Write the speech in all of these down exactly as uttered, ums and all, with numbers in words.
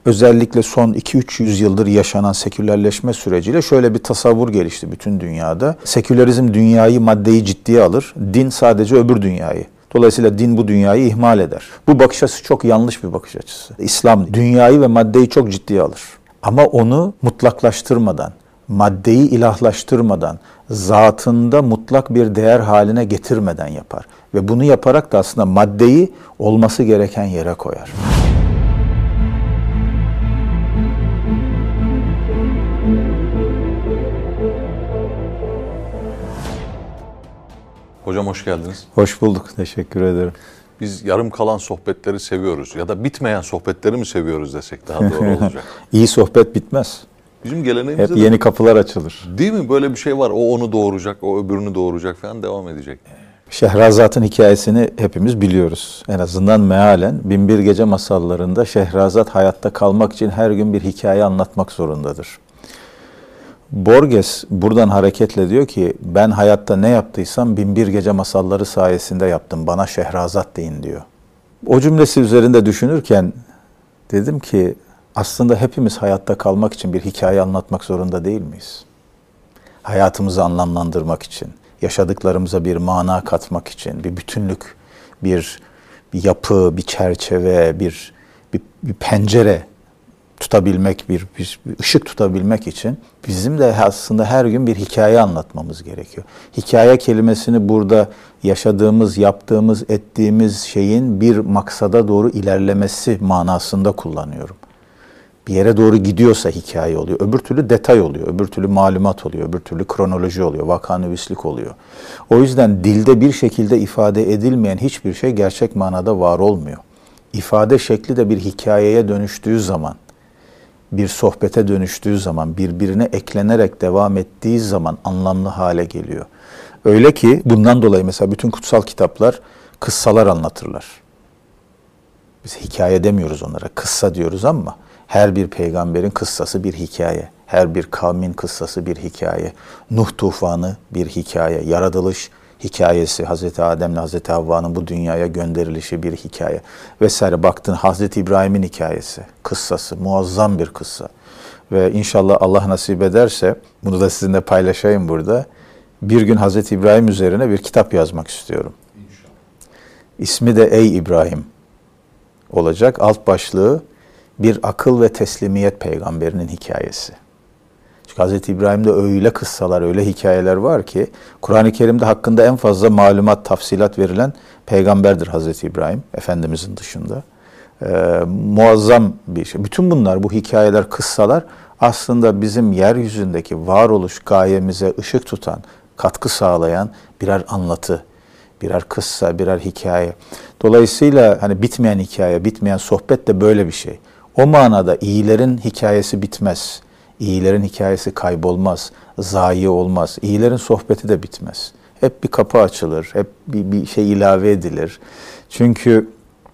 özellikle son iki üç yüzyıldır yaşanan sekülerleşme süreciyle şöyle bir tasavvur gelişti bütün dünyada. Sekülerizm dünyayı, maddeyi ciddiye alır. Din sadece öbür dünyayı. Dolayısıyla din bu dünyayı ihmal eder. Bu bakış açısı çok yanlış bir bakış açısı. İslam dünyayı ve maddeyi çok ciddiye alır. Ama onu mutlaklaştırmadan, maddeyi ilahlaştırmadan, zatında mutlak bir değer haline getirmeden yapar. Ve bunu yaparak da aslında maddeyi olması gereken yere koyar. Hocam hoş geldiniz. Hoş bulduk, teşekkür ederim. Biz yarım kalan sohbetleri seviyoruz ya da bitmeyen sohbetleri mi seviyoruz desek daha doğru olacak. İyi sohbet bitmez. Bizim geleneğimizde hep yeni kapılar açılır. Değil mi? Böyle bir şey var. O onu doğuracak, o öbürünü doğuracak falan devam edecek. Şehrazat'ın hikayesini hepimiz biliyoruz. En azından mealen Binbir Gece masallarında Şehrazat hayatta kalmak için her gün bir hikaye anlatmak zorundadır. Borges buradan hareketle diyor ki ben hayatta ne yaptıysam Binbir Gece masalları sayesinde yaptım. Bana Şehrazat deyin diyor. O cümlesi üzerinde düşünürken dedim ki aslında hepimiz hayatta kalmak için bir hikaye anlatmak zorunda değil miyiz? Hayatımızı anlamlandırmak için, yaşadıklarımıza bir mana katmak için, bir bütünlük, bir, bir yapı, bir çerçeve, bir, bir, bir pencere tutabilmek, bir, bir, bir ışık tutabilmek için bizim de aslında her gün bir hikaye anlatmamız gerekiyor. Hikaye kelimesini burada yaşadığımız, yaptığımız, ettiğimiz şeyin bir maksada doğru ilerlemesi manasında kullanıyorum. Bir yere doğru gidiyorsa hikaye oluyor. Öbür türlü detay oluyor. Öbür türlü malumat oluyor. Öbür türlü kronoloji oluyor. Vakanüvislik oluyor. O yüzden dilde bir şekilde ifade edilmeyen hiçbir şey gerçek manada var olmuyor. İfade şekli de bir hikayeye dönüştüğü zaman, bir sohbete dönüştüğü zaman, birbirine eklenerek devam ettiği zaman anlamlı hale geliyor. Öyle ki bundan dolayı mesela bütün kutsal kitaplar kıssalar anlatırlar. Biz hikaye demiyoruz onlara, kıssa diyoruz ama her bir peygamberin kıssası bir hikaye. Her bir kavmin kıssası bir hikaye. Nuh tufanı bir hikaye. Yaratılış hikayesi, Hazreti Adem'le Hazreti Havva'nın bu dünyaya gönderilişi bir hikaye. Vesaire baktın Hazreti İbrahim'in hikayesi, kıssası, muazzam bir kıssa. Ve inşallah Allah nasip ederse, bunu da sizinle paylaşayım burada. Bir gün Hazreti İbrahim üzerine bir kitap yazmak istiyorum. İnşallah. İsmi de Ey İbrahim olacak. Alt başlığı bir akıl ve teslimiyet peygamberinin hikayesi. Çünkü Hazreti İbrahim'de öyle kıssalar, öyle hikayeler var ki Kur'an-ı Kerim'de hakkında en fazla malumat, tafsilat verilen peygamberdir Hazreti İbrahim, Efendimizin dışında. Ee, muazzam bir şey. Bütün bunlar, bu hikayeler, kıssalar aslında bizim yeryüzündeki varoluş gayemize ışık tutan, katkı sağlayan birer anlatı, birer kıssa, birer hikaye. Dolayısıyla hani bitmeyen hikaye, bitmeyen sohbet de böyle bir şey. O manada iyilerin hikayesi bitmez. İyilerin hikayesi kaybolmaz, zayi olmaz. İyilerin sohbeti de bitmez. Hep bir kapı açılır, hep bir, bir şey ilave edilir. Çünkü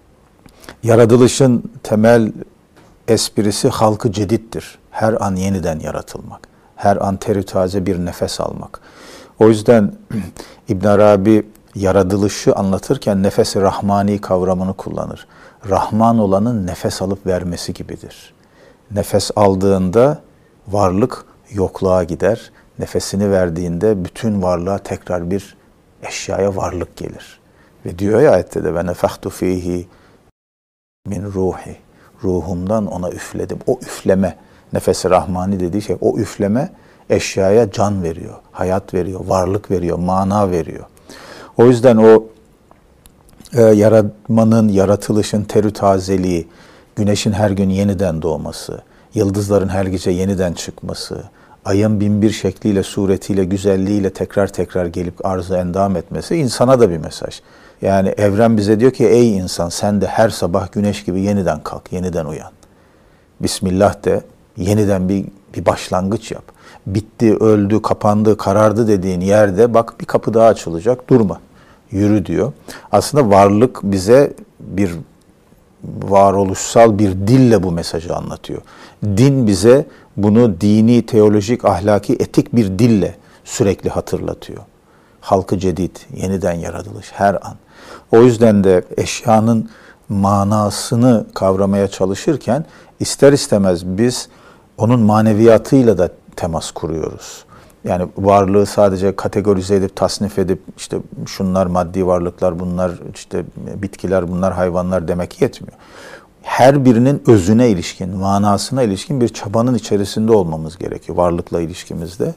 yaratılışın temel esprisi halkı cedittir. Her an yeniden yaratılmak. Her an terü taze bir nefes almak. O yüzden İbn Arabi yaratılışı anlatırken nefes-i rahmani kavramını kullanır. Rahman olanın nefes alıp vermesi gibidir. Nefes aldığında varlık yokluğa gider. Nefesini verdiğinde bütün varlığa tekrar bir eşyaya varlık gelir. Ve diyor ya ayette de ve nefahtu fihi min ruhi. Ruhumdan ona üfledim. O üfleme, nefes-i rahmani dediği şey, o üfleme eşyaya can veriyor, hayat veriyor, varlık veriyor, mana veriyor. O yüzden o e, yaratmanın, yaratılışın terü tazeliği, güneşin her gün yeniden doğması, yıldızların her gece yeniden çıkması, ayın bin bir şekliyle, suretiyle, güzelliğiyle tekrar tekrar gelip arz-ı endam etmesi insana da bir mesaj. Yani evren bize diyor ki ey insan sen de her sabah güneş gibi yeniden kalk, yeniden uyan. Bismillah de yeniden bir, bir başlangıç yap. Bitti, öldü, kapandı, karardı dediğin yerde bak bir kapı daha açılacak, durma, yürü diyor. Aslında varlık bize bir varoluşsal bir dille bu mesajı anlatıyor. Din bize bunu dini, teolojik, ahlaki, etik bir dille sürekli hatırlatıyor. Halkı cedid, yeniden yaratılış her an. O yüzden de eşyanın manasını kavramaya çalışırken ister istemez biz onun maneviyatıyla da temas kuruyoruz. Yani varlığı sadece kategorize edip, tasnif edip işte şunlar maddi varlıklar, bunlar işte bitkiler, bunlar hayvanlar demek yetmiyor. Her birinin özüne ilişkin, manasına ilişkin bir çabanın içerisinde olmamız gerekiyor varlıkla ilişkimizde.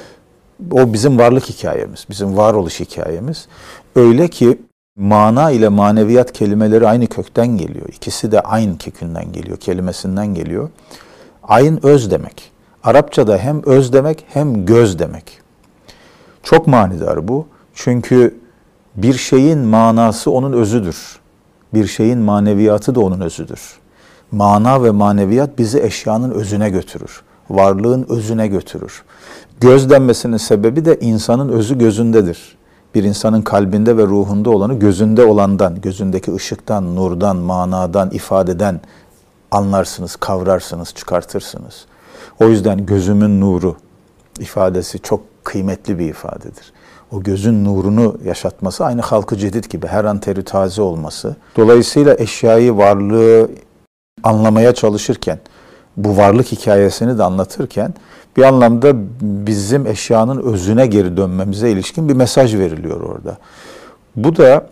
O bizim varlık hikayemiz, bizim varoluş hikayemiz. Öyle ki mana ile maneviyat kelimeleri aynı kökten geliyor. İkisi de aynı kökünden geliyor, kelimesinden geliyor. Ayn öz demek. Arapçada hem öz demek hem göz demek. Çok manidar bu. Çünkü bir şeyin manası onun özüdür. Bir şeyin maneviyatı da onun özüdür. Mana ve maneviyat bizi eşyanın özüne götürür. Varlığın özüne götürür. Göz denmesinin sebebi de insanın özü gözündedir. Bir insanın kalbinde ve ruhunda olanı gözünde olandan, gözündeki ışıktan, nurdan, manadan, ifadeden anlarsınız, kavrarsınız, çıkartırsınız. O yüzden gözümün nuru ifadesi çok kıymetli bir ifadedir. O gözün nurunu yaşatması aynı halkı cedid gibi her an terü taze olması. Dolayısıyla eşyayı, varlığı anlamaya çalışırken, bu varlık hikayesini de anlatırken bir anlamda bizim eşyanın özüne geri dönmemize ilişkin bir mesaj veriliyor orada. Bu da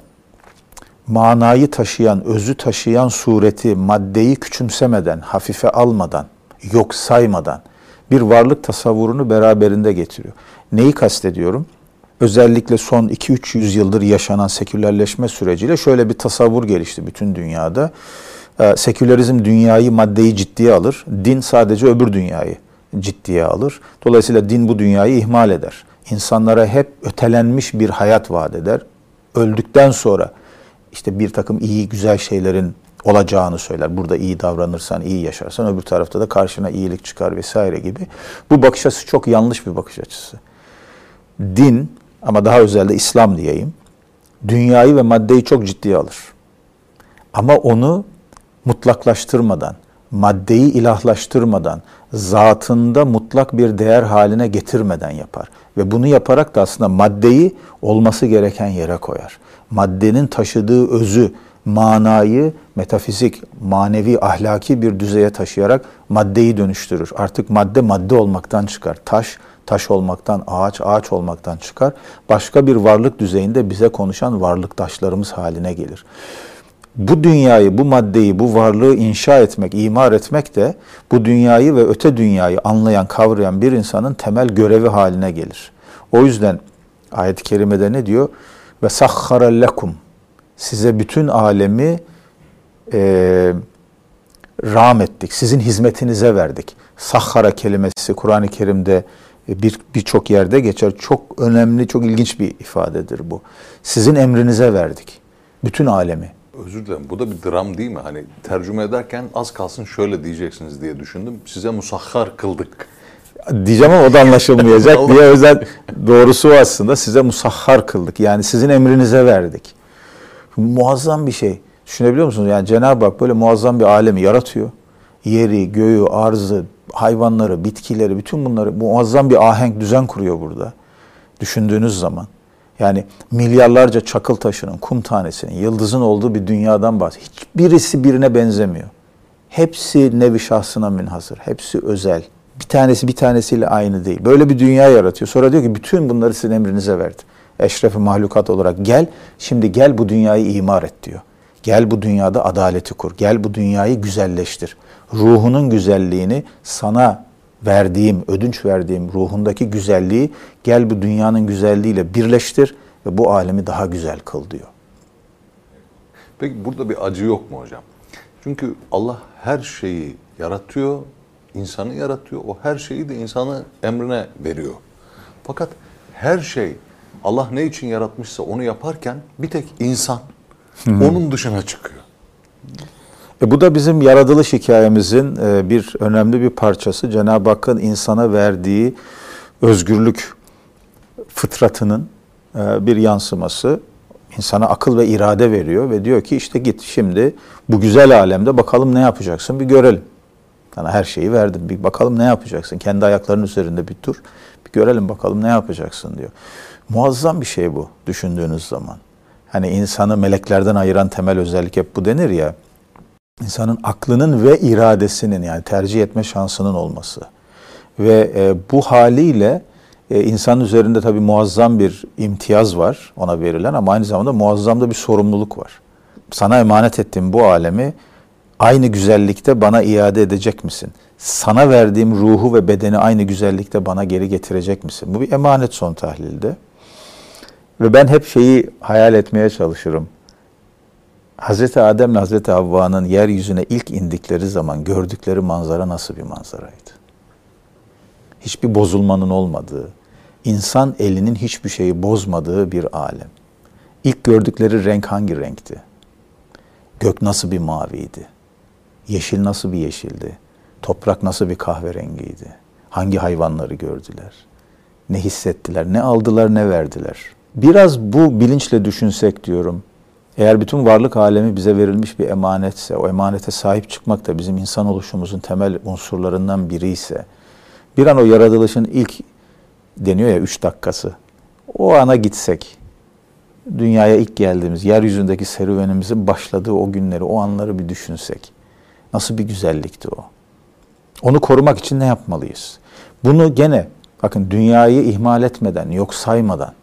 manayı taşıyan, özü taşıyan sureti, maddeyi küçümsemeden, hafife almadan, yok saymadan bir varlık tasavvurunu beraberinde getiriyor. Neyi kastediyorum? Özellikle son iki üç yüzyıldır yaşanan sekülerleşme süreciyle şöyle bir tasavvur gelişti bütün dünyada. Ee, sekülerizm dünyayı, maddeyi ciddiye alır. Din sadece öbür dünyayı ciddiye alır. Dolayısıyla din bu dünyayı ihmal eder. İnsanlara hep ötelenmiş bir hayat vaat eder. Öldükten sonra işte bir takım iyi, güzel şeylerin olacağını söyler. Burada iyi davranırsan, iyi yaşarsan öbür tarafta da karşına iyilik çıkar vesaire gibi. Bu bakış açısı çok yanlış bir bakış açısı. Din, ama daha özelde İslam diyeyim, dünyayı ve maddeyi çok ciddiye alır. Ama onu mutlaklaştırmadan, maddeyi ilahlaştırmadan, zatında mutlak bir değer haline getirmeden yapar. Ve bunu yaparak da aslında maddeyi olması gereken yere koyar. Maddenin taşıdığı özü, manayı metafizik, manevi, ahlaki bir düzeye taşıyarak maddeyi dönüştürür. Artık madde madde olmaktan çıkar. Taş, taş olmaktan, ağaç, ağaç olmaktan çıkar. Başka bir varlık düzeyinde bize konuşan varlıktaşlarımız haline gelir. Bu dünyayı, bu maddeyi, bu varlığı inşa etmek, imar etmek de bu dünyayı ve öte dünyayı anlayan, kavrayan bir insanın temel görevi haline gelir. O yüzden ayet-i kerimede ne diyor? Ve sahhara lekum. Size bütün alemi e, rağm ettik, sizin hizmetinize verdik. Sahhara kelimesi Kur'an-ı Kerim'de bir birçok yerde geçer. Çok önemli, çok ilginç bir ifadedir bu. Sizin emrinize verdik bütün alemi. Özür dilerim. Bu da bir dram değil mi? Hani tercüme ederken az kalsın şöyle diyeceksiniz diye düşündüm. Size musahhar kıldık. Diyeceğim ama o da anlaşılmayacak diye özel doğrusu o aslında. Size musahhar kıldık. Yani sizin emrinize verdik. Muazzam bir şey. Düşünebiliyor musunuz? Yani Cenab-ı Hak böyle muazzam bir alemi yaratıyor. Yeri, göğü, arzı, hayvanları, bitkileri, bütün bunları muazzam bir ahenk, düzen kuruyor burada. Düşündüğünüz zaman. Yani milyarlarca çakıl taşının, kum tanesinin, yıldızın olduğu bir dünyadan bahsediyor. Hiçbirisi birine benzemiyor. Hepsi nevi şahsına münhasır. Hepsi özel. Bir tanesi bir tanesiyle aynı değil. Böyle bir dünya yaratıyor. Sonra diyor ki bütün bunları sizin emrinize verdim. Eşref-i mahlukat olarak gel, şimdi gel bu dünyayı imar et diyor. Gel bu dünyada adaleti kur. Gel bu dünyayı güzelleştir. Ruhunun güzelliğini sana verdiğim, ödünç verdiğim ruhundaki güzelliği gel bu dünyanın güzelliğiyle birleştir ve bu alemi daha güzel kıl diyor. Peki burada bir acı yok mu hocam? Çünkü Allah her şeyi yaratıyor, insanı yaratıyor. O her şeyi de insanı emrine veriyor. Fakat her şey Allah ne için yaratmışsa onu yaparken bir tek insan onun dışına çıkıyor. E bu da bizim yaratılış hikayemizin e, bir önemli bir parçası. Cenab-ı Hakk'ın insana verdiği özgürlük fıtratının e, bir yansıması. İnsana akıl ve irade veriyor ve diyor ki işte git şimdi bu güzel alemde bakalım ne yapacaksın bir görelim. Sana her şeyi verdim bir bakalım ne yapacaksın. Kendi ayaklarının üzerinde bir dur bir görelim bakalım ne yapacaksın diyor. Muazzam bir şey bu düşündüğünüz zaman. Hani insanı meleklerden ayıran temel özellik hep bu denir ya. İnsanın aklının ve iradesinin, yani tercih etme şansının olması. Ve e, bu haliyle e, insanın üzerinde tabii muazzam bir imtiyaz var ona verilen, ama aynı zamanda muazzam da bir sorumluluk var. Sana emanet ettiğim bu alemi aynı güzellikte bana iade edecek misin? Sana verdiğim ruhu ve bedeni aynı güzellikte bana geri getirecek misin? Bu bir emanet son tahlilde. Ve ben hep şeyi hayal etmeye çalışırım. Hazreti Adem'le Hazreti Havva'nın yeryüzüne ilk indikleri zaman gördükleri manzara nasıl bir manzaraydı? Hiçbir bozulmanın olmadığı, insan elinin hiçbir şeyi bozmadığı bir alem. İlk gördükleri renk hangi renkti? Gök nasıl bir maviydi? Yeşil nasıl bir yeşildi? Toprak nasıl bir kahverengiydi? Hangi hayvanları gördüler? Ne hissettiler? Ne aldılar, ne verdiler? Biraz bu bilinçle düşünsek diyorum. Eğer bütün varlık alemi bize verilmiş bir emanetse, o emanete sahip çıkmak da bizim insan oluşumuzun temel unsurlarından biri ise, bir an o yaratılışın ilk deniyor ya üç dakikası, o ana gitsek, dünyaya ilk geldiğimiz, yeryüzündeki serüvenimizin başladığı o günleri, o anları bir düşünsek, nasıl bir güzellikti o? Onu korumak için ne yapmalıyız? Bunu gene, bakın, dünyayı ihmal etmeden, yok saymadan,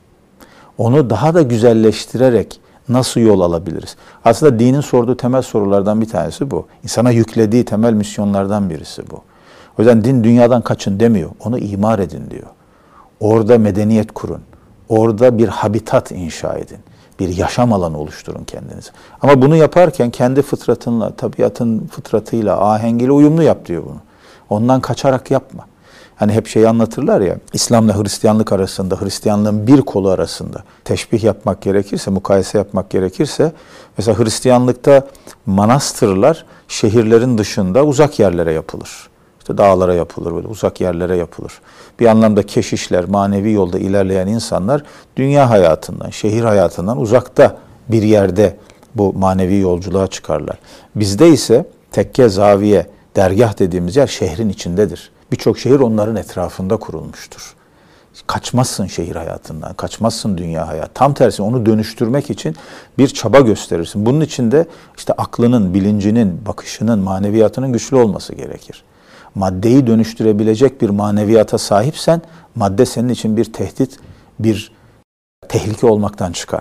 onu daha da güzelleştirerek nasıl yol alabiliriz? Aslında dinin sorduğu temel sorulardan bir tanesi bu. İnsana yüklediği temel misyonlardan birisi bu. O yüzden din dünyadan kaçın demiyor, onu imar edin diyor. Orada medeniyet kurun, orada bir habitat inşa edin, bir yaşam alanı oluşturun kendinize. Ama bunu yaparken kendi fıtratınla, tabiatın fıtratıyla, ahengiyle uyumlu yap diyor bunu. Ondan kaçarak yapma. Hani hep şeyi anlatırlar ya, İslam'la Hristiyanlık arasında, Hristiyanlığın bir kolu arasında teşbih yapmak gerekirse, mukayese yapmak gerekirse, mesela Hristiyanlıkta manastırlar şehirlerin dışında uzak yerlere yapılır. İşte dağlara yapılır, böyle uzak yerlere yapılır. Bir anlamda keşişler, manevi yolda ilerleyen insanlar dünya hayatından, şehir hayatından uzakta bir yerde bu manevi yolculuğa çıkarlar. Bizde ise tekke, zaviye, dergah dediğimiz yer şehrin içindedir. Birçok şehir onların etrafında kurulmuştur. Kaçmazsın şehir hayatından, kaçmazsın dünya hayatı. Tam tersi, onu dönüştürmek için bir çaba gösterirsin. Bunun için de işte aklının, bilincinin, bakışının, maneviyatının güçlü olması gerekir. Maddeyi dönüştürebilecek bir maneviyata sahipsen, madde senin için bir tehdit, bir tehlike olmaktan çıkar.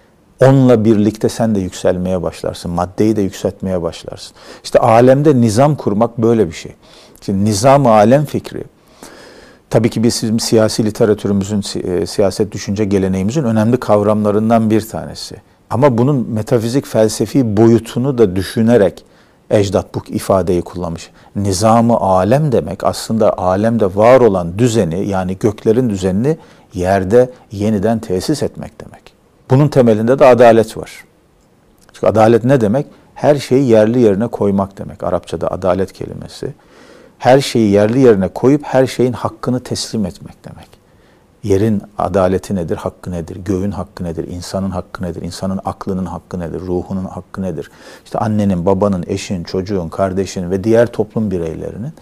Onunla birlikte sen de yükselmeye başlarsın, maddeyi de yükseltmeye başlarsın. İşte alemde nizam kurmak böyle bir şey. Şimdi nizam-ı alem fikri, tabii ki bizim siyasi literatürümüzün, siyaset düşünce geleneğimizin önemli kavramlarından bir tanesi. Ama bunun metafizik, felsefi boyutunu da düşünerek ecdat bu ifadeyi kullanmış. Nizam-ı alem demek aslında alemde var olan düzeni, yani göklerin düzenini yerde yeniden tesis etmek demek. Bunun temelinde de adalet var. Çünkü adalet ne demek? Her şeyi yerli yerine koymak demek. Arapçada adalet kelimesi. Her şeyi yerli yerine koyup her şeyin hakkını teslim etmek demek. Yerin adaleti nedir, hakkı nedir? Göğün hakkı nedir? İnsanın hakkı nedir? İnsanın aklının hakkı nedir? Ruhunun hakkı nedir? İşte annenin, babanın, eşin, çocuğun, kardeşin ve diğer toplum bireylerinin.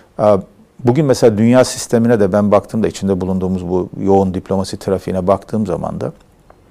Bugün mesela dünya sistemine de ben baktığımda, içinde bulunduğumuz bu yoğun diplomasi trafiğine baktığım zaman da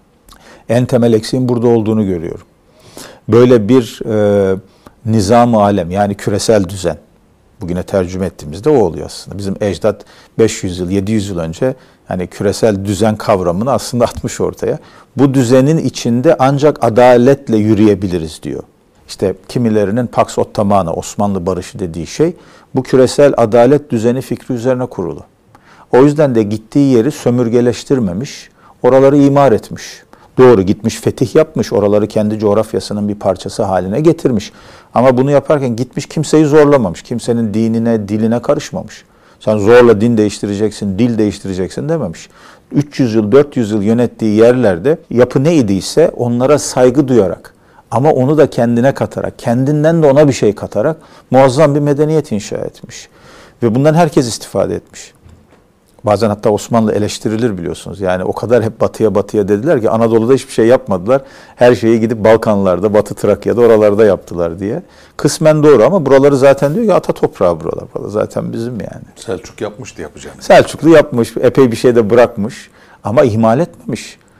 en temel eksiğin burada olduğunu görüyorum. Böyle bir e, nizam-ı alem, yani küresel düzen, bugüne tercüme ettiğimizde o oluyor aslında. Bizim ecdat beş yüz yıl, yedi yüz yıl önce hani küresel düzen kavramını aslında atmış ortaya. Bu düzenin içinde ancak adaletle yürüyebiliriz diyor. İşte kimilerinin Pax Ottomana, Osmanlı barışı dediği şey, bu küresel adalet düzeni fikri üzerine kurulu. O yüzden de gittiği yeri sömürgeleştirmemiş, oraları imar etmiş. Doğru, gitmiş fetih yapmış, oraları kendi coğrafyasının bir parçası haline getirmiş. Ama bunu yaparken gitmiş kimseyi zorlamamış, kimsenin dinine, diline karışmamış. Sen zorla din değiştireceksin, dil değiştireceksin dememiş. üç yüz yıl, dört yüz yıl yönettiği yerlerde yapı ne idiyse onlara saygı duyarak, ama onu da kendine katarak, kendinden de ona bir şey katarak muazzam bir medeniyet inşa etmiş. Ve bundan herkes istifade etmiş. Bazen hatta Osmanlı eleştirilir biliyorsunuz. Yani o kadar hep batıya batıya dediler ki Anadolu'da hiçbir şey yapmadılar. Her şeyi gidip Balkanlarda, Batı Trakya'da, oralarda yaptılar diye. Kısmen doğru ama buraları zaten diyor ki ata toprağı buralar. Buralar zaten bizim yani. Selçuk yapmıştı yapacağını. Selçuklu yapmış, epey bir şey de bırakmış ama ihmal etmemiş.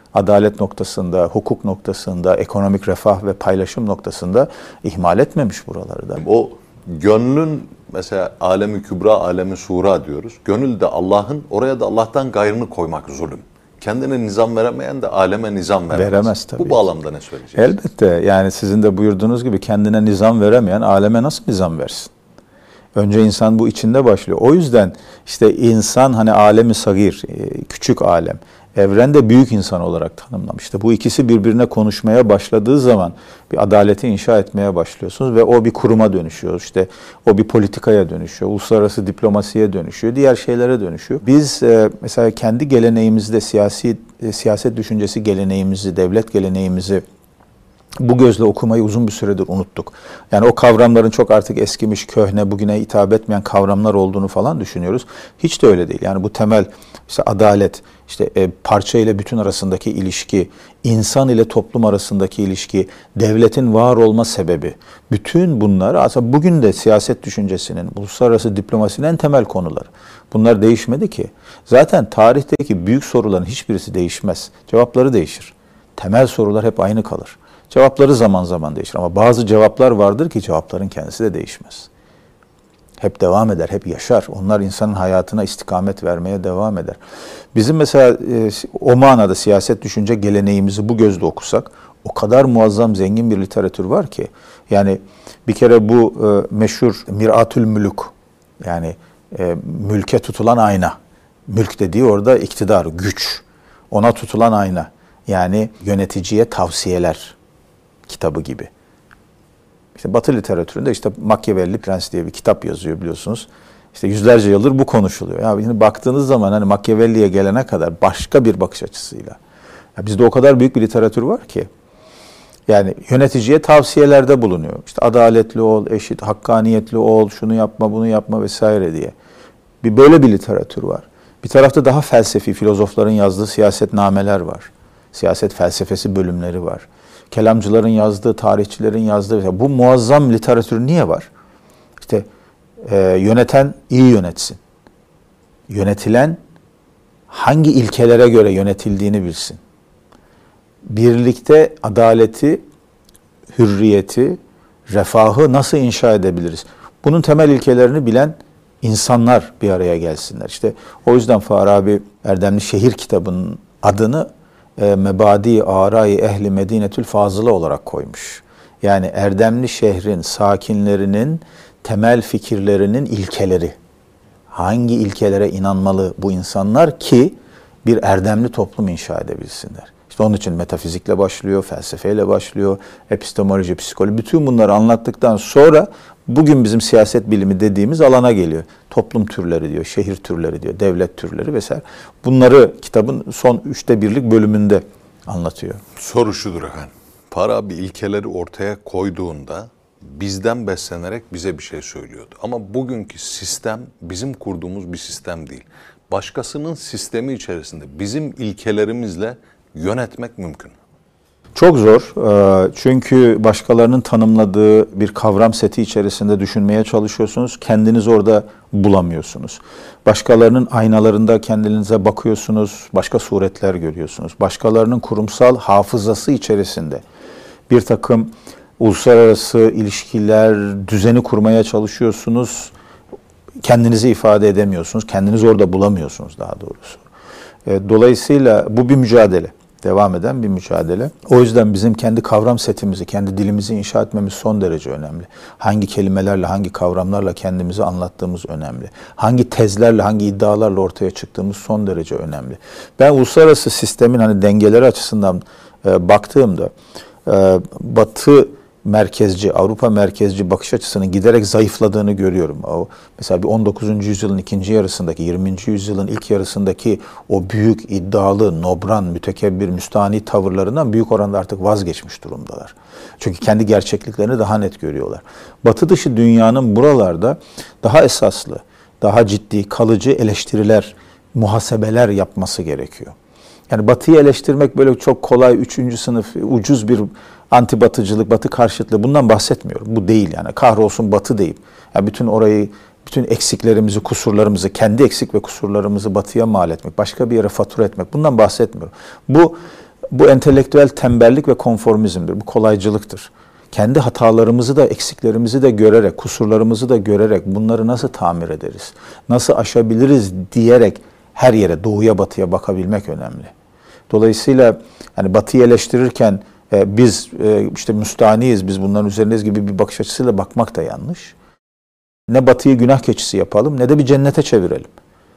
adalet noktasında, hukuk noktasında, ekonomik refah ve paylaşım noktasında ihmal etmemiş buraları da. O gönlün mesela alemi kübra, alemi sura diyoruz. Gönül de Allah'ın, oraya da Allah'tan gayrını koymak zulüm. Kendine nizam veremeyen de aleme nizam veremez. Veremez tabii. Bu bağlamda ne söyleyeceksiniz? Elbette, yani sizin de buyurduğunuz gibi kendine nizam veremeyen aleme nasıl nizam versin? Önce insan bu içinde başlıyor. O yüzden işte insan hani alemi sagir, küçük alem, evrende büyük insan olarak tanımlamıştı. Bu ikisi birbirine konuşmaya başladığı zaman bir adaleti inşa etmeye başlıyorsunuz ve o bir kuruma dönüşüyor. İşte o bir politikaya dönüşüyor, uluslararası diplomasiye dönüşüyor, diğer şeylere dönüşüyor. Biz mesela kendi geleneğimizde siyasi siyaset düşüncesi geleneğimizi, devlet geleneğimizi bu gözle okumayı uzun bir süredir unuttuk. Yani o kavramların çok artık eskimiş, köhne, bugüne hitap etmeyen kavramlar olduğunu falan düşünüyoruz. Hiç de öyle değil. Yani bu temel işte adalet, işte e, parça ile bütün arasındaki ilişki, insan ile toplum arasındaki ilişki, devletin var olma sebebi, bütün bunlar aslında bugün de siyaset düşüncesinin, uluslararası diplomasinin en temel konuları. Bunlar değişmedi ki. Zaten tarihteki büyük soruların hiçbirisi değişmez. Cevapları değişir. Temel sorular hep aynı kalır. Cevapları zaman zaman değişir ama bazı cevaplar vardır ki cevapların kendisi de değişmez. Hep devam eder, hep yaşar. Onlar insanın hayatına istikamet vermeye devam eder. Bizim mesela e, o manada siyaset düşünce geleneğimizi bu gözle okusak o kadar muazzam zengin bir literatür var ki. Yani bir kere bu e, meşhur Miratül Mülük, yani e, mülke tutulan ayna. Mülk dediği orada iktidar, güç. Ona tutulan ayna. Yani yöneticiye tavsiyeler kitabı gibi. İşte Batı literatüründe işte Machiavelli Prens diye bir kitap yazıyor biliyorsunuz. İşte yüzlerce yıldır bu konuşuluyor. Ya şimdi baktığınız zaman hani Machiavelli'ye gelene kadar başka bir bakış açısıyla. Ya bizde o kadar büyük bir literatür var ki. Yani yöneticiye tavsiyelerde bulunuyor. İşte adaletli ol, eşit, hakkaniyetli ol, şunu yapma, bunu yapma vesaire diye. Bir böyle bir literatür var. Bir tarafta daha felsefi filozofların yazdığı siyasetnameler var. Siyaset felsefesi bölümleri var. Kelamcıların yazdığı, tarihçilerin yazdığı, bu muazzam literatür niye var? İşte e, yöneten iyi yönetsin. Yönetilen hangi ilkelere göre yönetildiğini bilsin. Birlikte adaleti, hürriyeti, refahı nasıl inşa edebiliriz? Bunun temel ilkelerini bilen insanlar bir araya gelsinler. İşte o yüzden Farabi Erdemli Şehir kitabının adını Mebadi Arai Ehli Medinetül Fazıla olarak koymuş. Yani erdemli şehrin sakinlerinin temel fikirlerinin ilkeleri. Hangi ilkelere inanmalı bu insanlar ki bir erdemli toplum inşa edebilsinler? İşte onun için metafizikle başlıyor, felsefeyle başlıyor, epistemoloji, psikoloji, bütün bunları anlattıktan sonra bugün bizim siyaset bilimi dediğimiz alana geliyor. Toplum türleri diyor, şehir türleri diyor, devlet türleri vesaire. Bunları kitabın son üçte birlik bölümünde anlatıyor. Soru şudur efendim. Farabi ilkeleri ortaya koyduğunda bizden beslenerek bize bir şey söylüyordu. Ama bugünkü sistem bizim kurduğumuz bir sistem değil. Başkasının sistemi içerisinde bizim ilkelerimizle yönetmek mümkün. Çok zor. Çünkü başkalarının tanımladığı bir kavram seti içerisinde düşünmeye çalışıyorsunuz. Kendiniz orada bulamıyorsunuz. Başkalarının aynalarında kendinize bakıyorsunuz. Başka suretler görüyorsunuz. Başkalarının kurumsal hafızası içerisinde bir takım uluslararası ilişkiler, düzeni kurmaya çalışıyorsunuz. Kendinizi ifade edemiyorsunuz. Kendinizi orada bulamıyorsunuz daha doğrusu. Dolayısıyla bu bir mücadele. Devam eden bir mücadele. O yüzden bizim kendi kavram setimizi, kendi dilimizi inşa etmemiz son derece önemli. Hangi kelimelerle, hangi kavramlarla kendimizi anlattığımız önemli. Hangi tezlerle, hangi iddialarla ortaya çıktığımız son derece önemli. Ben uluslararası sistemin hani dengeleri açısından e, baktığımda e, Batı merkezci, Avrupa merkezci bakış açısının giderek zayıfladığını görüyorum. O, mesela bir on dokuzuncu yüzyılın ikinci yarısındaki, yirminci yüzyılın ilk yarısındaki o büyük, iddialı, nobran, mütekebbir, müstahni tavırlarından büyük oranda artık vazgeçmiş durumdalar. Çünkü kendi gerçekliklerini daha net görüyorlar. Batı dışı dünyanın buralarda daha esaslı, daha ciddi, kalıcı eleştiriler, muhasebeler yapması gerekiyor. Yani Batı'yı eleştirmek böyle çok kolay, üçüncü sınıf, ucuz bir anti-batıcılık, Batı karşıtlığı, bundan bahsetmiyorum. Bu değil yani. Kahrolsun Batı deyip, yani bütün orayı, bütün eksiklerimizi, kusurlarımızı, kendi eksik ve kusurlarımızı Batı'ya mal etmek, başka bir yere fatura etmek, bundan bahsetmiyorum. Bu Bu entelektüel tembellik ve konformizmdir. Bu kolaycılıktır. Kendi hatalarımızı da, eksiklerimizi de görerek, kusurlarımızı da görerek bunları nasıl tamir ederiz, nasıl aşabiliriz diyerek her yere, doğuya batıya bakabilmek önemli. Dolayısıyla yani batıyı eleştirirken e, biz e, işte müstahniyiz, biz bunların üzerindeyiz gibi bir bakış açısıyla bakmak da yanlış. Ne batıyı günah keçisi yapalım ne de bir cennete çevirelim.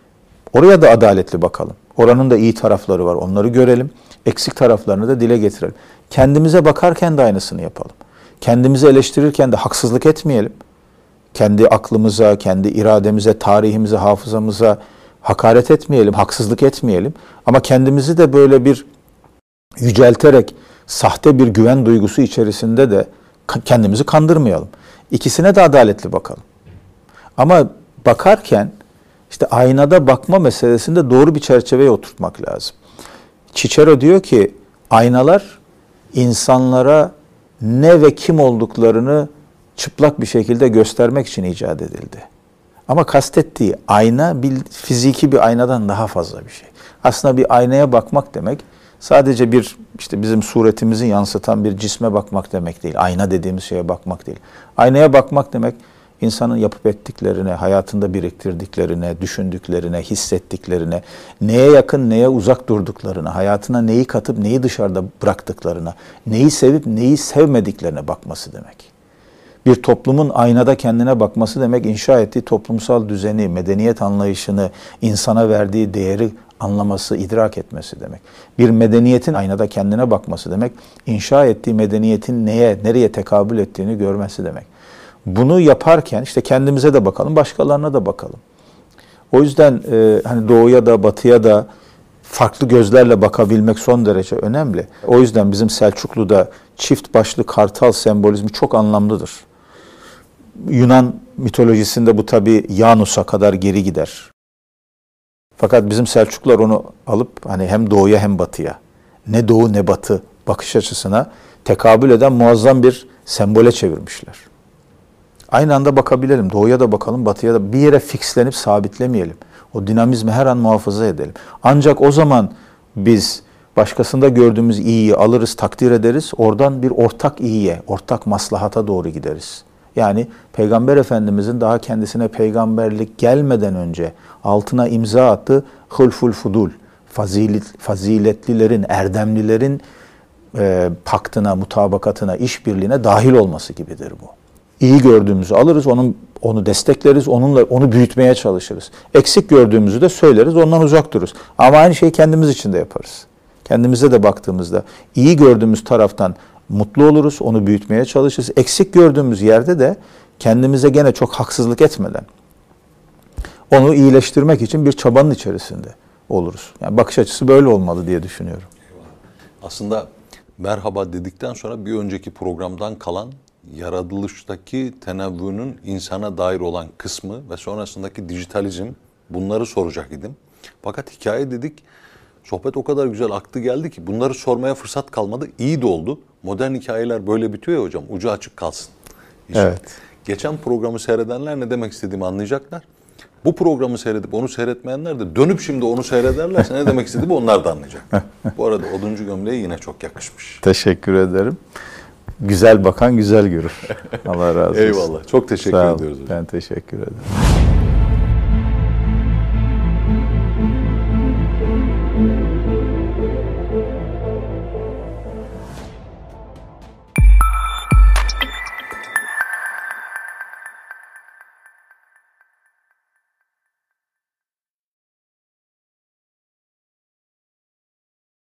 Oraya da adaletli bakalım. Oranın da iyi tarafları var, onları görelim. Eksik taraflarını da dile getirelim. Kendimize bakarken de aynısını yapalım. Kendimizi eleştirirken de haksızlık etmeyelim. Kendi aklımıza, kendi irademize, tarihimize, hafızamıza hakaret etmeyelim, haksızlık etmeyelim. Ama kendimizi de böyle bir yücelterek sahte bir güven duygusu içerisinde de kendimizi kandırmayalım. İkisine de adaletli bakalım. Ama bakarken işte aynada bakma meselesinde doğru bir çerçeveye oturtmak lazım. Cicero diyor ki aynalar insanlara ne ve kim olduklarını çıplak bir şekilde göstermek için icat edildi. Ama kastettiği ayna bir, fiziki bir aynadan daha fazla bir şey. Aslında bir aynaya bakmak demek sadece bir işte bizim suretimizi yansıtan bir cisme bakmak demek değil. Ayna dediğimiz şeye bakmak değil. Aynaya bakmak demek insanın yapıp ettiklerine, hayatında biriktirdiklerine, düşündüklerine, hissettiklerine, neye yakın, neye uzak durduklarına, hayatına neyi katıp neyi dışarıda bıraktıklarına, neyi sevip neyi sevmediklerine bakması demek. Bir toplumun aynada kendine bakması demek, inşa ettiği toplumsal düzeni, medeniyet anlayışını, insana verdiği değeri anlaması, idrak etmesi demek. Bir medeniyetin aynada kendine bakması demek, inşa ettiği medeniyetin neye, nereye tekabül ettiğini görmesi demek. Bunu yaparken işte kendimize de bakalım, başkalarına da bakalım. O yüzden e, hani doğuya da batıya da farklı gözlerle bakabilmek son derece önemli. O yüzden bizim Selçuklu'da çift başlı kartal sembolizmi çok anlamlıdır. Yunan mitolojisinde bu tabi Janus'a kadar geri gider. Fakat bizim Selçuklular onu alıp hani hem doğuya hem batıya, ne doğu ne batı bakış açısına tekabül eden muazzam bir sembole çevirmişler. Aynı anda bakabilelim. Doğuya da bakalım, batıya da. Bir yere fixlenip sabitlemeyelim. O dinamizmi her an muhafaza edelim. Ancak o zaman biz başkasında gördüğümüz iyiyi alırız, takdir ederiz. Oradan bir ortak iyiye, ortak maslahata doğru gideriz. Yani Peygamber Efendimizin daha kendisine peygamberlik gelmeden önce altına imza attığı hılful fudul, fazilet, faziletlilerin, erdemlilerin e, paktına, mutabakatına, işbirliğine dahil olması gibidir bu. İyi gördüğümüzü alırız, onun onu destekleriz, onunla onu büyütmeye çalışırız. Eksik gördüğümüzü de söyleriz, ondan uzak dururuz. Ama aynı şeyi kendimiz için de yaparız. Kendimize de baktığımızda iyi gördüğümüz taraftan mutlu oluruz, onu büyütmeye çalışırız. Eksik gördüğümüz yerde de kendimize gene çok haksızlık etmeden onu iyileştirmek için bir çabanın içerisinde oluruz. Yani bakış açısı böyle olmalı diye düşünüyorum. Aslında merhaba dedikten sonra bir önceki programdan kalan yaratılıştaki tenevvünün insana dair olan kısmı ve sonrasındaki dijitalizm, bunları soracak idim. Fakat hikaye dedik, sohbet o kadar güzel aktı geldi ki bunları sormaya fırsat kalmadı. İyi de oldu. Modern hikayeler böyle bitiyor ya hocam, ucu açık kalsın. İnşallah. Evet. Geçen programı seyredenler ne demek istediğimi anlayacaklar. Bu programı seyredip onu seyretmeyenler de dönüp şimdi onu seyrederlerse ne demek istediğimi onlar da anlayacak. Bu arada oduncu gömleği yine çok yakışmış. Teşekkür ederim. Güzel bakan güzel görür. Allah razı olsun. Eyvallah. Çok teşekkür ediyoruz hocam. Ben teşekkür ederim.